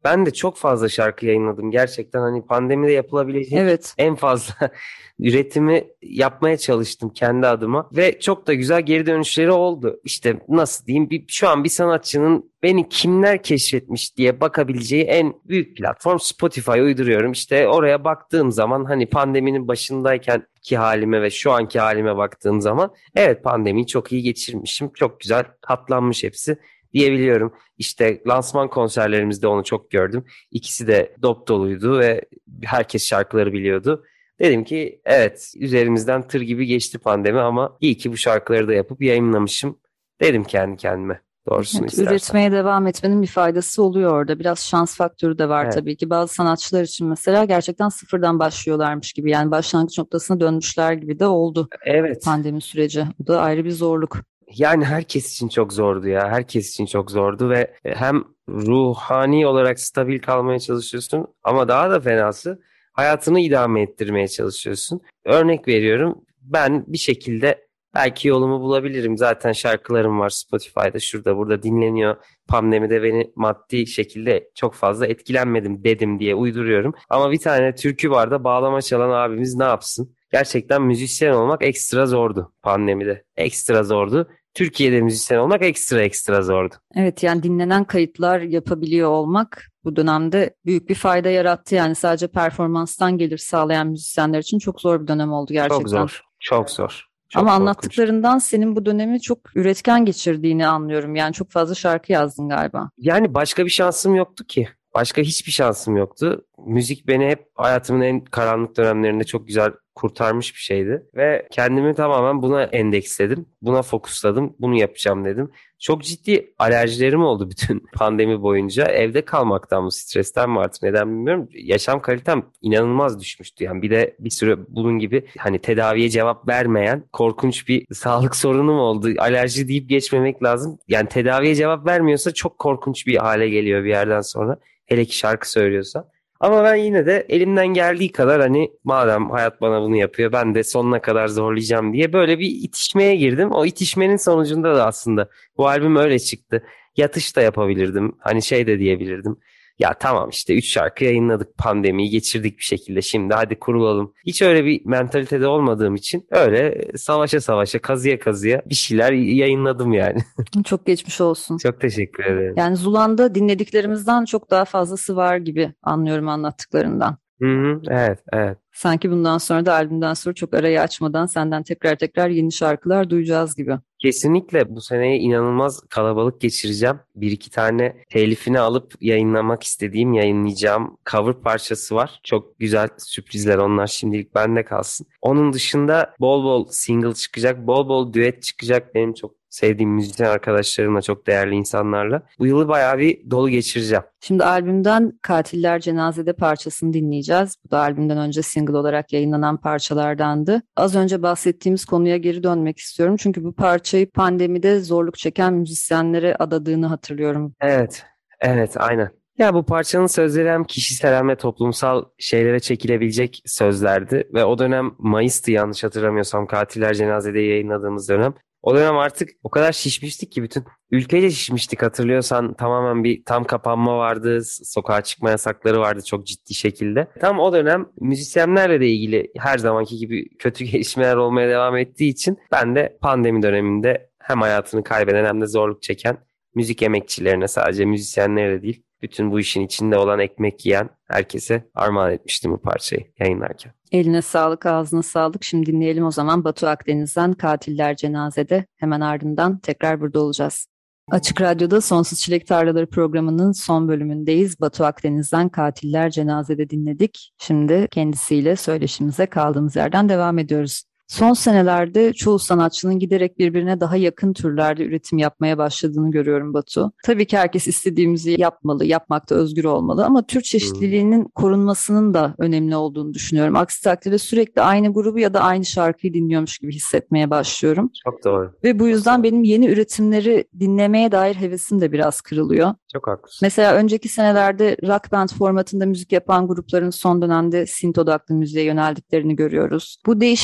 Ben de çok fazla şarkı yayınladım. Gerçekten hani pandemide yapılabilecek Evet. en fazla üretimi yapmaya çalıştım kendi adıma ve çok da güzel geri dönüşleri oldu. İşte nasıl diyeyim, bir, şu an bir sanatçının beni kimler keşfetmiş diye bakabileceği en büyük platform Spotify, uyduruyorum. İşte oraya baktığım zaman hani pandeminin başındayken ki halime ve şu anki halime baktığım zaman evet, pandemiyi çok iyi geçirmişim. Çok güzel katlanmış hepsi diyebiliyorum. İşte lansman konserlerimizde onu çok gördüm. İkisi de dop doluydu ve herkes şarkıları biliyordu. Dedim ki evet, üzerimizden tır gibi geçti pandemi ama iyi ki bu şarkıları da yapıp yayınlamışım dedim kendi kendime. Doğrusunu Evet, istersen. üretmeye devam etmenin bir faydası oluyor orada. Biraz şans faktörü de var Evet. tabii ki. Bazı sanatçılar için mesela gerçekten sıfırdan başlıyorlarmış gibi. Yani başlangıç noktasına dönmüşler gibi de oldu Evet. pandemi süreci. Bu da ayrı bir zorluk. Yani herkes için çok zordu ya. Herkes için çok zordu ve hem ruhani olarak stabil kalmaya çalışıyorsun ama daha da fenası hayatını idame ettirmeye çalışıyorsun. Örnek veriyorum, ben bir şekilde belki yolumu bulabilirim. Zaten şarkılarım var Spotify'da, şurada burada dinleniyor. Pandemide beni maddi şekilde çok fazla etkilenmedim dedim diye uyduruyorum. Ama bir tane türkü barda bağlama çalan abimiz ne yapsın? Gerçekten müzisyen olmak ekstra zordu pandemide. Ekstra zordu. Türkiye'de müzisyen olmak ekstra ekstra zordu. Evet, yani dinlenen kayıtlar yapabiliyor olmak bu dönemde büyük bir fayda yarattı. Yani sadece performanstan gelir sağlayan müzisyenler için çok zor bir dönem oldu gerçekten. Çok zor. Çok zor. Çok Ama korkunç. anlattıklarından senin bu dönemi çok üretken geçirdiğini anlıyorum. Yani çok fazla şarkı yazdın galiba. Yani başka bir şansım yoktu ki. Başka hiçbir şansım yoktu. Müzik beni hep hayatımın en karanlık dönemlerinde çok güzel kurtarmış bir şeydi. Ve kendimi tamamen buna endeksledim. Buna fokusladım. Bunu yapacağım dedim. Çok ciddi alerjilerim oldu bütün pandemi boyunca. Evde kalmaktan mı, stresten mi artık neden bilmiyorum. Yaşam kalitem inanılmaz düşmüştü. Yani bir de bir süre bunun gibi hani tedaviye cevap vermeyen korkunç bir sağlık sorunum oldu. Alerji deyip geçmemek lazım. Yani tedaviye cevap vermiyorsa çok korkunç bir hale geliyor bir yerden sonra. Hele ki şarkı söylüyorsa. Ama ben yine de elimden geldiği kadar hani madem hayat bana bunu yapıyor, ben de sonuna kadar zorlayacağım diye böyle bir itişmeye girdim. O itişmenin sonucunda da aslında bu albüm öyle çıktı. Yatış da yapabilirdim. Hani şey de diyebilirdim. Ya tamam işte üç şarkı yayınladık, pandemiyi geçirdik bir şekilde, şimdi hadi kurulalım. Hiç öyle bir mentalitede olmadığım için öyle savaşa savaşa, kazıya kazıya bir şeyler yayınladım yani. Çok geçmiş olsun. Çok teşekkür ederim. Yani Zulan'da dinlediklerimizden çok daha fazlası var gibi anlıyorum anlattıklarından. Hı hı, evet, evet. Sanki bundan sonra da albümden sonra çok arayı açmadan senden tekrar tekrar yeni şarkılar duyacağız gibi. Kesinlikle bu seneye inanılmaz kalabalık geçireceğim. Bir iki tane telifini alıp yayınlamak istediğim, yayınlayacağım cover parçası var. Çok güzel sürprizler, onlar şimdilik bende kalsın. Onun dışında bol bol single çıkacak, bol bol düet çıkacak. Benim çok sevdiğim müzisyen arkadaşlarımla, çok değerli insanlarla. Bu yılı bayağı bir dolu geçireceğim. Şimdi albümden Katiller Cenazede parçasını dinleyeceğiz. Bu da albümden önce single olarak yayınlanan parçalardandı. Az önce bahsettiğimiz konuya geri dönmek istiyorum. Çünkü bu parçayı pandemide zorluk çeken müzisyenlere adadığını hatırlıyorum. Evet, evet, aynen. Ya bu parçanın sözleri hem kişisel hem de toplumsal şeylere çekilebilecek sözlerdi. Ve o dönem Mayıs'tı yanlış hatırlamıyorsam, Katiller Cenaze'de yayınladığımız dönem. O dönem artık o kadar şişmiştik ki, bütün ülkece şişmiştik, hatırlıyorsan tamamen bir tam kapanma vardı, sokağa çıkma yasakları vardı çok ciddi şekilde. Tam o dönem müzisyenlerle de ilgili her zamanki gibi kötü gelişmeler olmaya devam ettiği için ben de pandemi döneminde hem hayatını kaybeden hem de zorluk çeken müzik emekçilerine, sadece müzisyenlere değil, bütün bu işin içinde olan, ekmek yiyen herkese armağan etmiştim bu parçayı yayınlarken. Eline sağlık, ağzına sağlık. Şimdi dinleyelim o zaman Batu Akdeniz'den Katiller Cenazede. Hemen ardından tekrar burada olacağız. Açık Radyo'da Sonsuz Çilek Tarlaları programının son bölümündeyiz. Batu Akdeniz'den Katiller Cenazede dinledik. Şimdi kendisiyle söyleşimize kaldığımız yerden devam ediyoruz. Son senelerde çoğu sanatçının giderek birbirine daha yakın türlerde üretim yapmaya başladığını görüyorum Batu. Tabii ki herkes istediğimizi yapmalı, yapmakta özgür olmalı ama tür çeşitliliğinin korunmasının da önemli olduğunu düşünüyorum. Aksi takdirde sürekli aynı grubu ya da aynı şarkıyı dinliyormuş gibi hissetmeye başlıyorum. Çok doğru. Ve bu yüzden benim yeni üretimleri dinlemeye dair hevesim de biraz kırılıyor. Çok haklısın. Mesela önceki senelerde rock band formatında müzik yapan grupların son dönemde synth odaklı müziğe yöneldiklerini görüyoruz. Bu değişimin ne kadar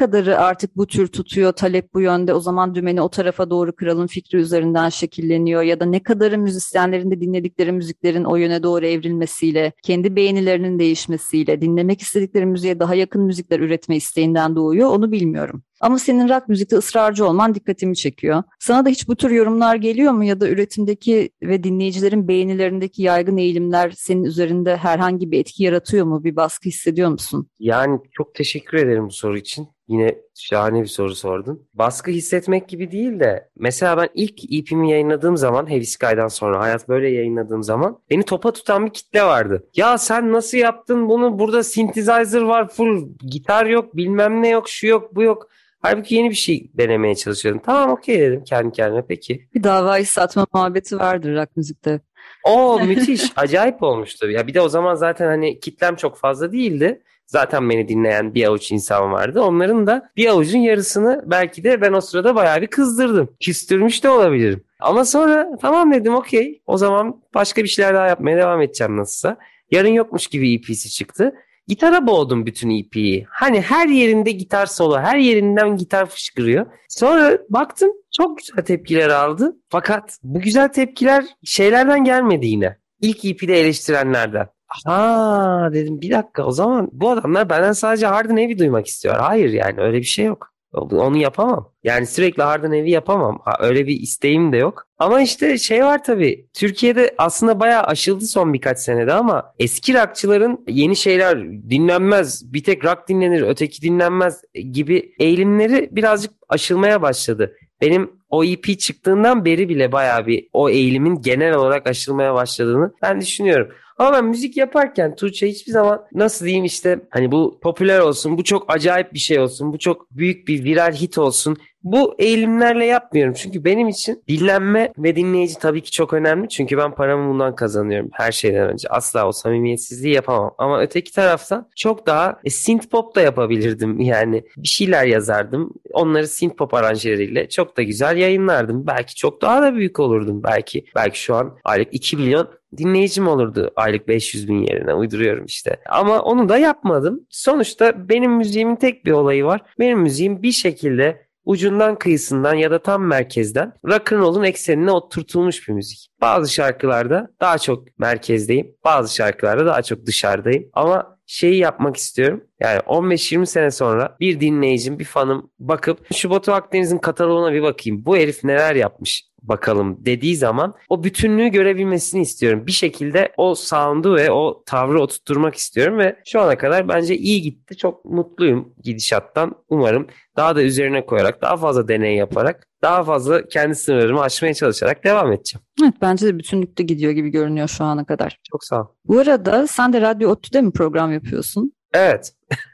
kadarı artık bu tür tutuyor, talep bu yönde, o zaman dümeni o tarafa doğru kıralım fikri üzerinden şekilleniyor ya da ne kadarı müzisyenlerin de dinledikleri müziklerin o yöne doğru evrilmesiyle, kendi beğenilerinin değişmesiyle, dinlemek istedikleri müziğe daha yakın müzikler üretme isteğinden doğuyor, onu bilmiyorum. Ama senin rock müzikte ısrarcı olman dikkatimi çekiyor. Sana da hiç bu tür yorumlar geliyor mu ya da üretimdeki ve dinleyicilerin beğenilerindeki yaygın eğilimler senin üzerinde herhangi bir etki yaratıyor mu? Bir baskı hissediyor musun? Yani çok teşekkür ederim bu soru için. Yine şahane bir soru sordun. Baskı hissetmek gibi değil de mesela ben ilk E P'mi yayınladığım zaman Heavy Sky'dan sonra Hayat Böyle yayınladığım zaman beni topa tutan bir kitle vardı. Ya sen nasıl yaptın bunu? Burada synthesizer var, full gitar yok, bilmem ne yok, şu yok, bu yok. Halbuki yeni bir şey denemeye çalışıyordum. Tamam, okey dedim kendi kendime, peki. Bir davayı satma muhabbeti vardır rock müzikte. O müthiş, acayip olmuştu. Ya bir de o zaman zaten hani kitlem çok fazla değildi. Zaten beni dinleyen bir avuç insan vardı. Onların da bir avucun yarısını belki de ben o sırada bayağı bir kızdırdım. Küstürmüş de olabilirim. Ama sonra tamam dedim, okey. O zaman başka bir şeyler daha yapmaya devam edeceğim nasılsa. Yarın Yokmuş Gibi E P'si çıktı. Gitara boğdum bütün E P'yi. Hani her yerinde gitar solo, her yerinden gitar fışkırıyor. Sonra baktım çok güzel tepkiler aldı. Fakat bu güzel tepkiler şeylerden gelmedi yine. İlk E P'de eleştirenlerden. Ha dedim, bir dakika, o zaman bu adamlar benden sadece Hard and Heavy duymak istiyor. Hayır, yani öyle bir şey yok. Onu yapamam. Yani sürekli Hard and Heavy yapamam. Ha, öyle bir isteğim de yok. Ama işte şey var tabii. Türkiye'de aslında bayağı aşıldı son birkaç senede ama eski rockçıların yeni şeyler dinlenmez, bir tek rock dinlenir, öteki dinlenmez gibi eğilimleri birazcık aşılmaya başladı. Benim o E P çıktığından beri bile bayağı bir o eğilimin genel olarak aşılmaya başladığını ben düşünüyorum. Ama ben müzik yaparken Tuğçe hiçbir zaman nasıl diyeyim işte hani bu popüler olsun, bu çok acayip bir şey olsun, bu çok büyük bir viral hit olsun. Bu eğilimlerle yapmıyorum. Çünkü benim için dinlenme ve dinleyici tabii ki çok önemli. Çünkü ben paramı bundan kazanıyorum her şeyden önce. Asla o samimiyetsizliği yapamam. Ama öteki taraftan çok daha e, synth pop da yapabilirdim. Yani bir şeyler yazardım. Onları synth pop aranjeleriyle çok da güzel yayınlardım. Belki çok daha da büyük olurdum. Belki belki şu an aylık iki milyon dinleyicim olurdu, aylık beş yüz bin yerine, uyduruyorum işte. Ama onu da yapmadım. Sonuçta benim müziğimin tek bir olayı var. Benim müziğim bir şekilde ucundan kıyısından ya da tam merkezden rock'n'roll'un eksenine oturtulmuş bir müzik. Bazı şarkılarda daha çok merkezdeyim. Bazı şarkılarda daha çok dışarıdayım. Ama şeyi yapmak istiyorum. Yani on beş yirmi sene sonra bir dinleyicim, bir fanım bakıp şu Batu Akdeniz'in kataloğuna bir bakayım, bu herif neler yapmış bakalım dediği zaman o bütünlüğü görebilmesini istiyorum. Bir şekilde o sound'u ve o tavrı oturtturmak istiyorum ve şu ana kadar bence iyi gitti. Çok mutluyum gidişattan. Umarım daha da üzerine koyarak, daha fazla deney yaparak, daha fazla kendi sınırlarımı aşmaya çalışarak devam edeceğim. Evet, bence de bütünlükte gidiyor gibi görünüyor şu ana kadar. Çok sağ ol. Bu arada sen de Radyo ODTÜ'de mi program yapıyorsun? Evet.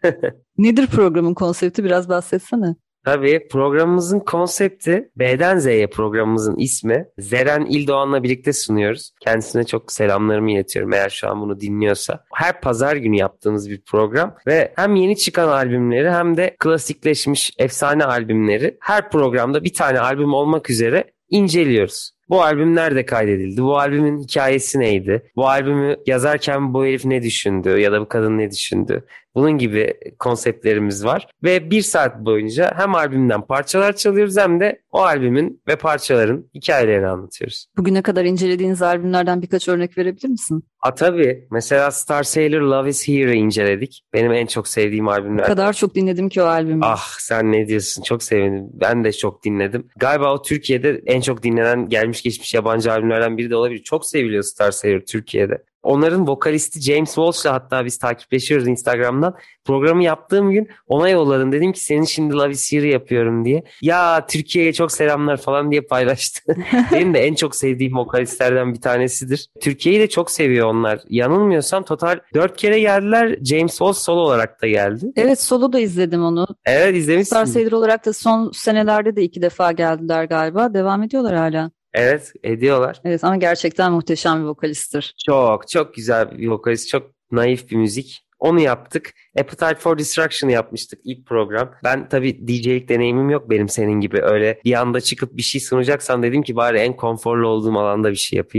Nedir programın konsepti? Biraz bahsetsene. Tabii, programımızın konsepti B'den Z'ye, programımızın ismi. Zeren İldoğan'la birlikte sunuyoruz. Kendisine çok selamlarımı iletiyorum eğer şu an bunu dinliyorsa. Her pazar günü yaptığımız bir program ve hem yeni çıkan albümleri hem de klasikleşmiş efsane albümleri her programda bir tane albüm olmak üzere inceliyoruz. Bu albüm nerede kaydedildi? Bu albümün hikayesi neydi? Bu albümü yazarken bu herif ne düşündü? Ya da bu kadın ne düşündü? Bunun gibi konseptlerimiz var. Ve bir saat boyunca hem albümden parçalar çalıyoruz hem de o albümün ve parçaların hikayelerini anlatıyoruz. Bugüne kadar incelediğiniz albümlerden birkaç örnek verebilir misin? Ha tabii. Mesela Star Sailor Love Is Here'ı inceledik. Benim en çok sevdiğim albümler. O kadar çok dinledim ki o albümü. Ah, sen ne diyorsun? Çok sevindim. Ben de çok dinledim. Galiba o Türkiye'de en çok dinlenen gelmiş geçmiş yabancı albümlerden biri de olabilir. Çok seviliyor Star Sailor Türkiye'de. Onların vokalisti James Walsh'la hatta biz takipleşiyoruz Instagram'dan. Programı yaptığım gün ona yolladım. Dedim ki senin şimdi Love Is Here yapıyorum diye. Ya Türkiye'ye çok selamlar falan diye paylaştı. Benim de en çok sevdiğim vokalistlerden bir tanesidir. Türkiye'yi de çok seviyor onlar. Yanılmıyorsam total dört kere geldiler. James Walsh solo olarak da geldi. Evet, solo da izledim onu. Evet, izlemişsin. Star Sailor olarak da son senelerde de iki defa geldiler galiba. Devam ediyorlar hala. Evet, ediyorlar. Evet, ama gerçekten muhteşem bir vokalisttir. Çok çok güzel bir vokalist, çok naif bir müzik. Onu yaptık. Appetite for Destruction'ı yapmıştık ilk program. Ben tabii D J'lik deneyimim yok benim senin gibi. Öyle bir anda çıkıp bir şey sunacaksan dedim ki bari en konforlu olduğum alanda bir şey yapayım.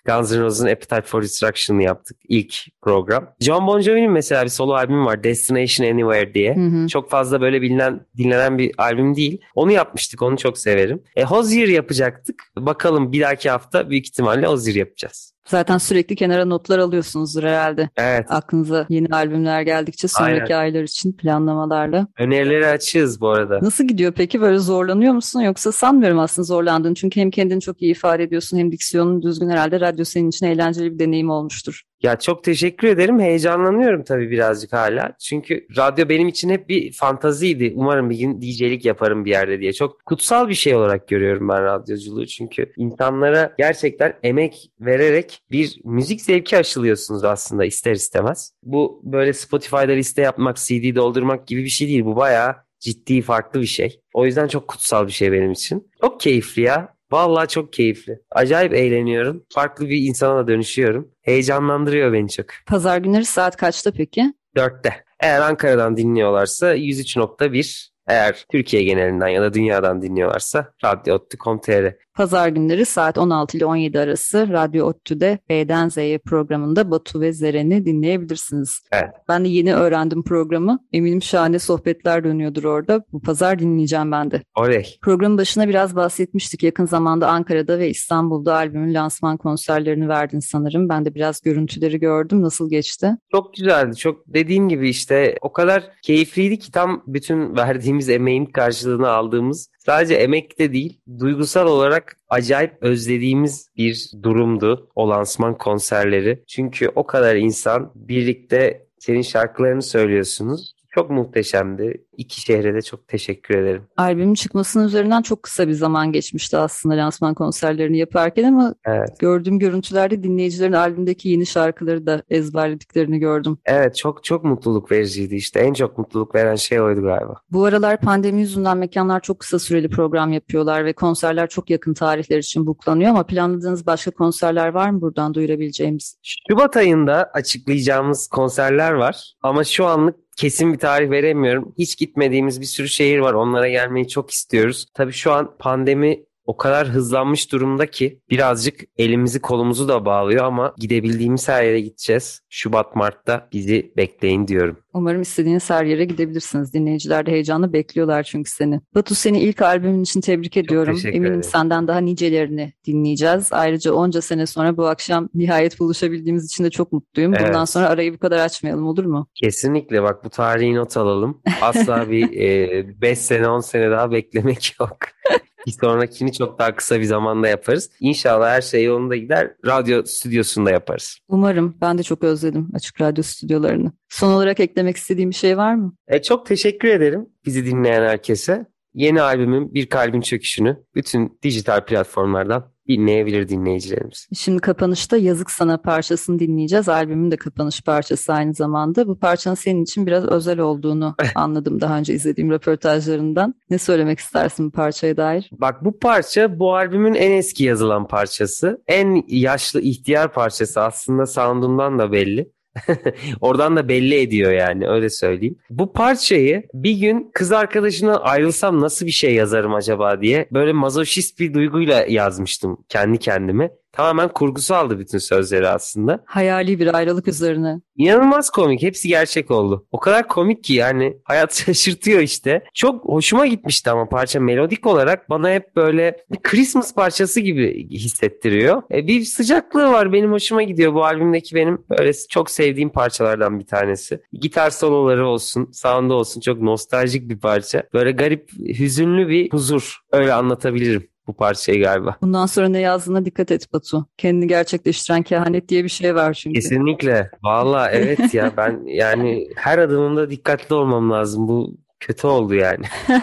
Guns N' Roses'ın Appetite for Destruction'ı yaptık ilk program. John Bon Jovi'nin mesela bir solo albümü var, Destination Anywhere diye. Hı hı. Çok fazla böyle bilinen, dinlenen bir albüm değil. Onu yapmıştık, onu çok severim. E, Hozier yapacaktık. Bakalım bir dahaki hafta büyük ihtimalle Hozier yapacağız. Zaten sürekli kenara notlar alıyorsunuzdur herhalde. Evet. Aklınıza yeni albümler geldikçe sonraki Aynen. aylar için planlamalarla. Önerileri açığız bu arada. Nasıl gidiyor peki? Böyle zorlanıyor musun? Yoksa sanmıyorum aslında zorlandığını. Çünkü hem kendini çok iyi ifade ediyorsun hem diksiyonun düzgün, herhalde radyo senin için eğlenceli bir deneyim olmuştur. Ya çok teşekkür ederim. Heyecanlanıyorum tabii birazcık hala. Çünkü radyo benim için hep bir fantaziydi. Umarım bir gün D J'lik yaparım bir yerde diye. Çok kutsal bir şey olarak görüyorum ben radyoculuğu. Çünkü insanlara gerçekten emek vererek bir müzik zevki aşılıyorsunuz aslında ister istemez. Bu böyle Spotify'da liste yapmak, C D doldurmak gibi bir şey değil. Bu bayağı ciddi, farklı bir şey. O yüzden çok kutsal bir şey benim için. Çok keyifli ya. Vallahi çok keyifli. Acayip eğleniyorum. Farklı bir insana da dönüşüyorum. Heyecanlandırıyor beni çok. Pazar günleri saat kaçta peki? Dörtte. Eğer Ankara'dan dinliyorlarsa yüz üç nokta bir. Eğer Türkiye genelinden ya da dünyadan dinliyorlarsa radyo ottu nokta com nokta tr. Pazar günleri saat on altı ile on yedi arası Radyo ODTÜ'de B'den Z'ye programında Batu ve Zeren'i dinleyebilirsiniz. Evet. Ben de yeni öğrendim programı. Eminim şahane sohbetler dönüyordur orada. Bu pazar dinleyeceğim ben de. Oley. Programın başına biraz bahsetmiştik. Yakın zamanda Ankara'da ve İstanbul'da albümün lansman konserlerini verdin sanırım. Ben de biraz görüntüleri gördüm. Nasıl geçti? Çok güzeldi. Çok dediğim gibi işte o kadar keyifliydi ki tam bütün verdiğimiz emeğin karşılığını aldığımız, sadece emek de değil, duygusal olarak acayip özlediğimiz bir durumdu o lansman konserleri. Çünkü o kadar insan birlikte senin şarkılarını söylüyorsunuz. Çok muhteşemdi. İki şehre de çok teşekkür ederim. Albümün çıkmasının üzerinden çok kısa bir zaman geçmişti aslında lansman konserlerini yaparken ama evet. Gördüğüm görüntülerde dinleyicilerin albümdeki yeni şarkıları da ezberlediklerini gördüm. Evet, çok çok mutluluk vericiydi işte. En çok mutluluk veren şey oydu galiba. Bu aralar pandemi yüzünden mekanlar çok kısa süreli program yapıyorlar ve konserler çok yakın tarihler için booklanıyor ama planladığınız başka konserler var mı buradan duyurabileceğimiz? Şubat ayında açıklayacağımız konserler var ama şu anlık kesin bir tarih veremiyorum. Hiç gitmediğimiz bir sürü şehir var. Onlara gelmeyi çok istiyoruz. Tabii şu an pandemi o kadar hızlanmış durumda ki birazcık elimizi kolumuzu da bağlıyor ama gidebildiğimiz her yere gideceğiz. Şubat Mart'ta bizi bekleyin diyorum. Umarım istediğiniz her yere gidebilirsiniz. Dinleyiciler de heyecanla bekliyorlar çünkü seni. Batu, seni ilk albümün için tebrik ediyorum. Eminim ederim. Senden daha nicelerini dinleyeceğiz. Ayrıca onca sene sonra bu akşam nihayet buluşabildiğimiz için de çok mutluyum. Evet. Bundan sonra arayı bu kadar açmayalım, olur mu? Kesinlikle, bak bu tarihi not alalım. Asla bir beş sene on sene daha beklemek yok. Bir sonrakini çok daha kısa bir zamanda yaparız. İnşallah her şey yolunda gider. Radyo stüdyosunda yaparız. Umarım. Ben de çok özledim Açık Radyo stüdyolarını. Son olarak eklemek istediğim bir şey var mı? E, çok teşekkür ederim bizi dinleyen herkese. Yeni albümüm Bir Kalbin Çöküşü'nü bütün dijital platformlardan dinleyebilir dinleyicilerimiz. Şimdi kapanışta Yazık Sana parçasını dinleyeceğiz. Albümün de kapanış parçası aynı zamanda. Bu parçanın senin için biraz özel olduğunu anladım daha önce izlediğim röportajlarından. Ne söylemek istersin bu parçaya dair? Bak, bu parça bu albümün en eski yazılan parçası. En yaşlı ihtiyar parçası, aslında sound'undan da belli. Oradan da belli ediyor yani, öyle söyleyeyim. Bu parçayı bir gün kız arkadaşımdan ayrılsam nasıl bir şey yazarım acaba diye böyle mazoşist bir duyguyla yazmıştım kendi kendime. Tamamen kurgusaldı bütün sözleri aslında. Hayali bir ayrılık üzerine. İnanılmaz komik. Hepsi gerçek oldu. O kadar komik ki yani hayat şaşırtıyor işte. Çok hoşuma gitmişti ama parça melodik olarak bana hep böyle bir Christmas parçası gibi hissettiriyor. E, bir sıcaklığı var. Benim hoşuma gidiyor. Bu albümdeki benim böyle çok sevdiğim parçalardan bir tanesi. Gitar soloları olsun, sound'u olsun, çok nostaljik bir parça. Böyle garip, hüzünlü bir huzur. Öyle anlatabilirim bu parçayı galiba. Bundan sonra ne yazdığına dikkat et Batu. Kendini gerçekleştiren kehanet diye bir şey var çünkü. Kesinlikle. Vallahi evet ya, ben yani her adımımda dikkatli olmam lazım. Bu kötü oldu yani.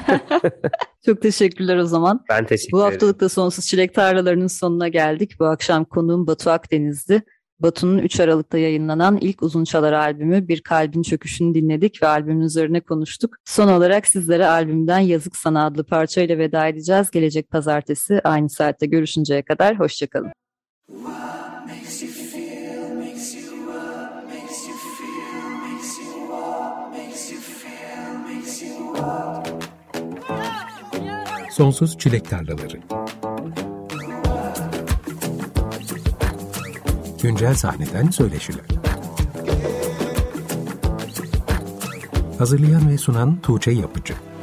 Çok teşekkürler o zaman. Ben teşekkür Bu ederim. Bu haftalık da Sonsuz Çilek Tarlalarının sonuna geldik. Bu akşam konuğum Batu Akdeniz'di. Batu'nun üç Aralık'ta yayınlanan ilk uzun çalar albümü Bir Kalbin Çöküşü'nü dinledik ve albümün üzerine konuştuk. Son olarak sizlere albümden Yazık Sana adlı parçayla veda edeceğiz. Gelecek pazartesi aynı saatte görüşünceye kadar hoşçakalın. Sonsuz Çilek Tarlaları. Güncel sahneden söyleşiler. Hazırlayan ve sunan Tuğçe Yapıcı.